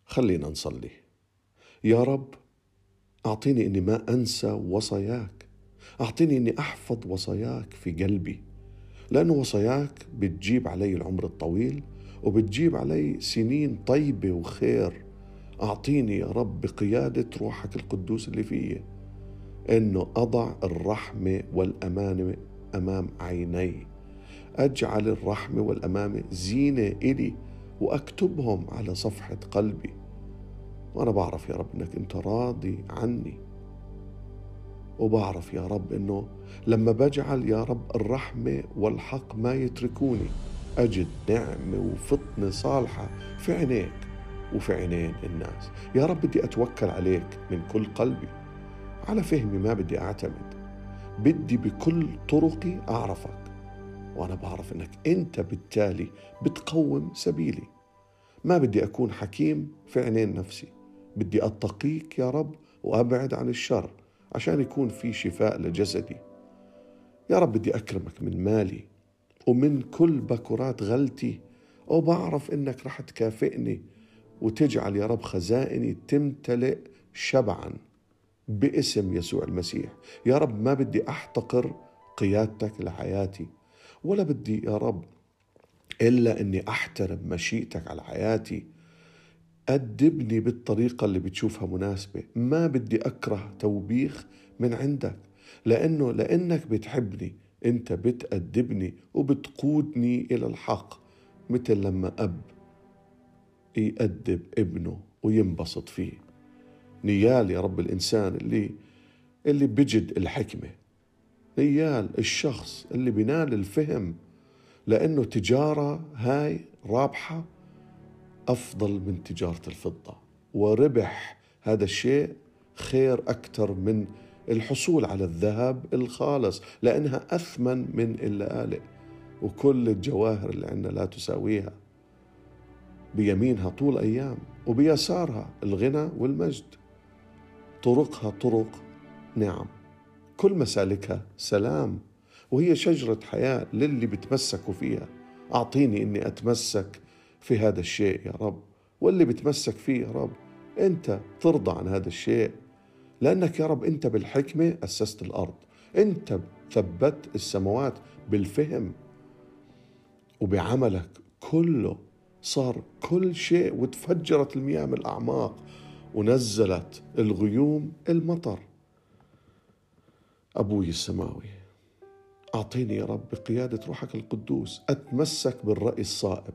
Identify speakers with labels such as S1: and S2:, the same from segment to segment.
S1: خلينا نصلي. يا رب، أعطيني أني ما أنسى وصاياك. أعطيني أني أحفظ وصاياك في قلبي، لأن وصاياك بتجيب علي العمر الطويل وبتجيب علي سنين طيبة وخير. أعطيني يا رب بقيادة روحك القدوس اللي فيه أنه أضع الرحمة والأمانة أمام عيني، أجعل الرحمة والأمانة زينة إلي وأكتبهم على صفحة قلبي. وأنا بعرف يا رب أنك أنت راضي عني، وبعرف يا رب أنه لما بجعل يا رب الرحمة والحق ما يتركوني، أجد نعمة وفطنة صالحة في عينيك وفي عينين الناس. يا رب بدي أتوكل عليك من كل قلبي، على فهمي ما بدي أعتمد، بدي بكل طرقي أعرفك، وأنا بعرف أنك أنت بالتالي بتقوم سبيلي. ما بدي أكون حكيم في عينين نفسي، بدي أتقيك يا رب وأبعد عن الشر عشان يكون في شفاء لجسدي. يا رب بدي أكرمك من مالي ومن كل بكرات غلتي، وبعرف إنك رح تكافئني وتجعل يا رب خزائني تمتلئ شبعا باسم يسوع المسيح. يا رب ما بدي أحتقر قيادتك لحياتي، ولا بدي يا رب إلا أني أحترم مشيئتك على حياتي. أدبني بالطريقة اللي بتشوفها مناسبة، ما بدي أكره توبيخ من عندك، لأنك بتحبني أنت بتأدبني وبتقودني إلى الحق، مثل لما أب يأدب ابنه وينبسط فيه. نيال يا رب الإنسان اللي بجد الحكمة، نيال الشخص اللي بينال الفهم، لأنه تجارة هاي رابحة أفضل من تجارة الفضة، وربح هذا الشيء خير أكثر من الحصول على الذهب الخالص، لأنها أثمن من اللآلئ، وكل الجواهر اللي عندنا لا تساويها. بيمينها طول أيام وبيسارها الغنى والمجد، طرقها طرق نعم، كل مسالكها سلام، وهي شجرة حياة للي بتمسكوا فيها. أعطيني إني أتمسك في هذا الشيء يا رب، واللي بتمسك فيه يا رب أنت ترضى عن هذا الشيء، لأنك يا رب أنت بالحكمة أسست الأرض، أنت ثبت السماوات بالفهم، وبعملك كله صار كل شيء، وتفجرت المياه من الأعماق، ونزلت الغيوم المطر. أبوي السماوي، أعطيني يا رب بقيادة روحك القدوس أتمسك بالرأي الصائب،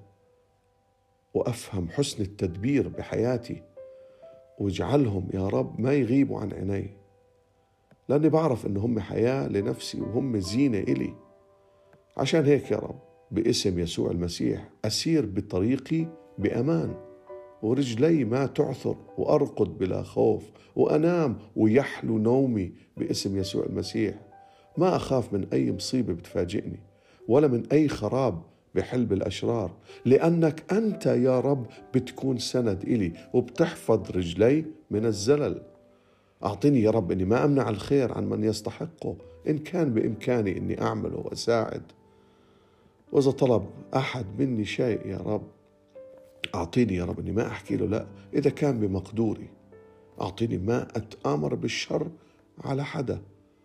S1: وأفهم حسن التدبير بحياتي، واجعلهم يا رب ما يغيبوا عن عيني، لأني بعرف إنهم حياة لنفسي وهم زينة إلي. عشان هيك يا رب باسم يسوع المسيح أسير بطريقي بأمان، ورجلي ما تعثر، وأرقد بلا خوف، وأنام ويحلو نومي باسم يسوع المسيح. ما أخاف من أي مصيبة بتفاجئني، ولا من أي خراب بحلب الأشرار، لأنك أنت يا رب بتكون سند إلي وبتحفظ رجلي من الزلل. أعطيني يا رب أني ما أمنع الخير عن من يستحقه، إن كان بإمكاني أني أعمله وأساعد. وإذا طلب أحد مني شيء يا رب، أعطيني يا رب أني ما أحكي له لا إذا كان بمقدوري. أعطيني ما أتآمر بالشر على حدا،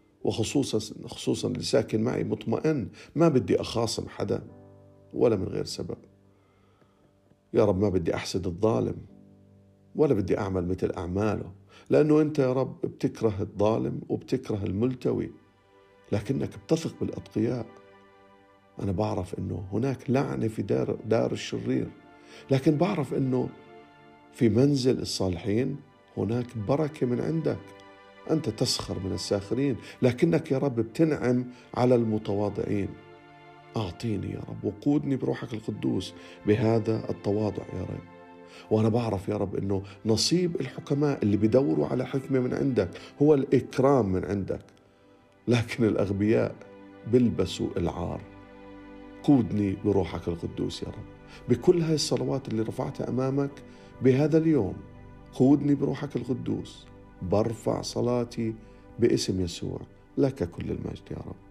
S1: وخصوصا اللي ساكن معي مطمئن، ما بدي أخاصم حدا ولا من غير سبب. يا رب ما بدي أحسد الظالم، ولا بدي أعمل مثل أعماله، لأنه أنت يا رب بتكره الظالم وبتكره الملتوي، لكنك بتثق بالأتقياء. أنا بعرف أنه هناك لعنة في دار الشرير، لكن بعرف أنه في منزل الصالحين هناك بركة من عندك. أنت تسخر من الساخرين، لكنك يا رب بتنعم على المتواضعين. أعطيني يا رب وقودني بروحك القدوس بهذا التواضع يا رب. وأنا بعرف يا رب أنه نصيب الحكماء اللي بدوروا على حكمة من عندك هو الإكرام من عندك، لكن الأغبياء بلبسوا العار. قودني بروحك القدوس يا رب بكل هاي الصلوات اللي رفعتها أمامك بهذا اليوم. قودني بروحك القدوس، برفع صلاتي باسم يسوع، لك كل المجد يا رب.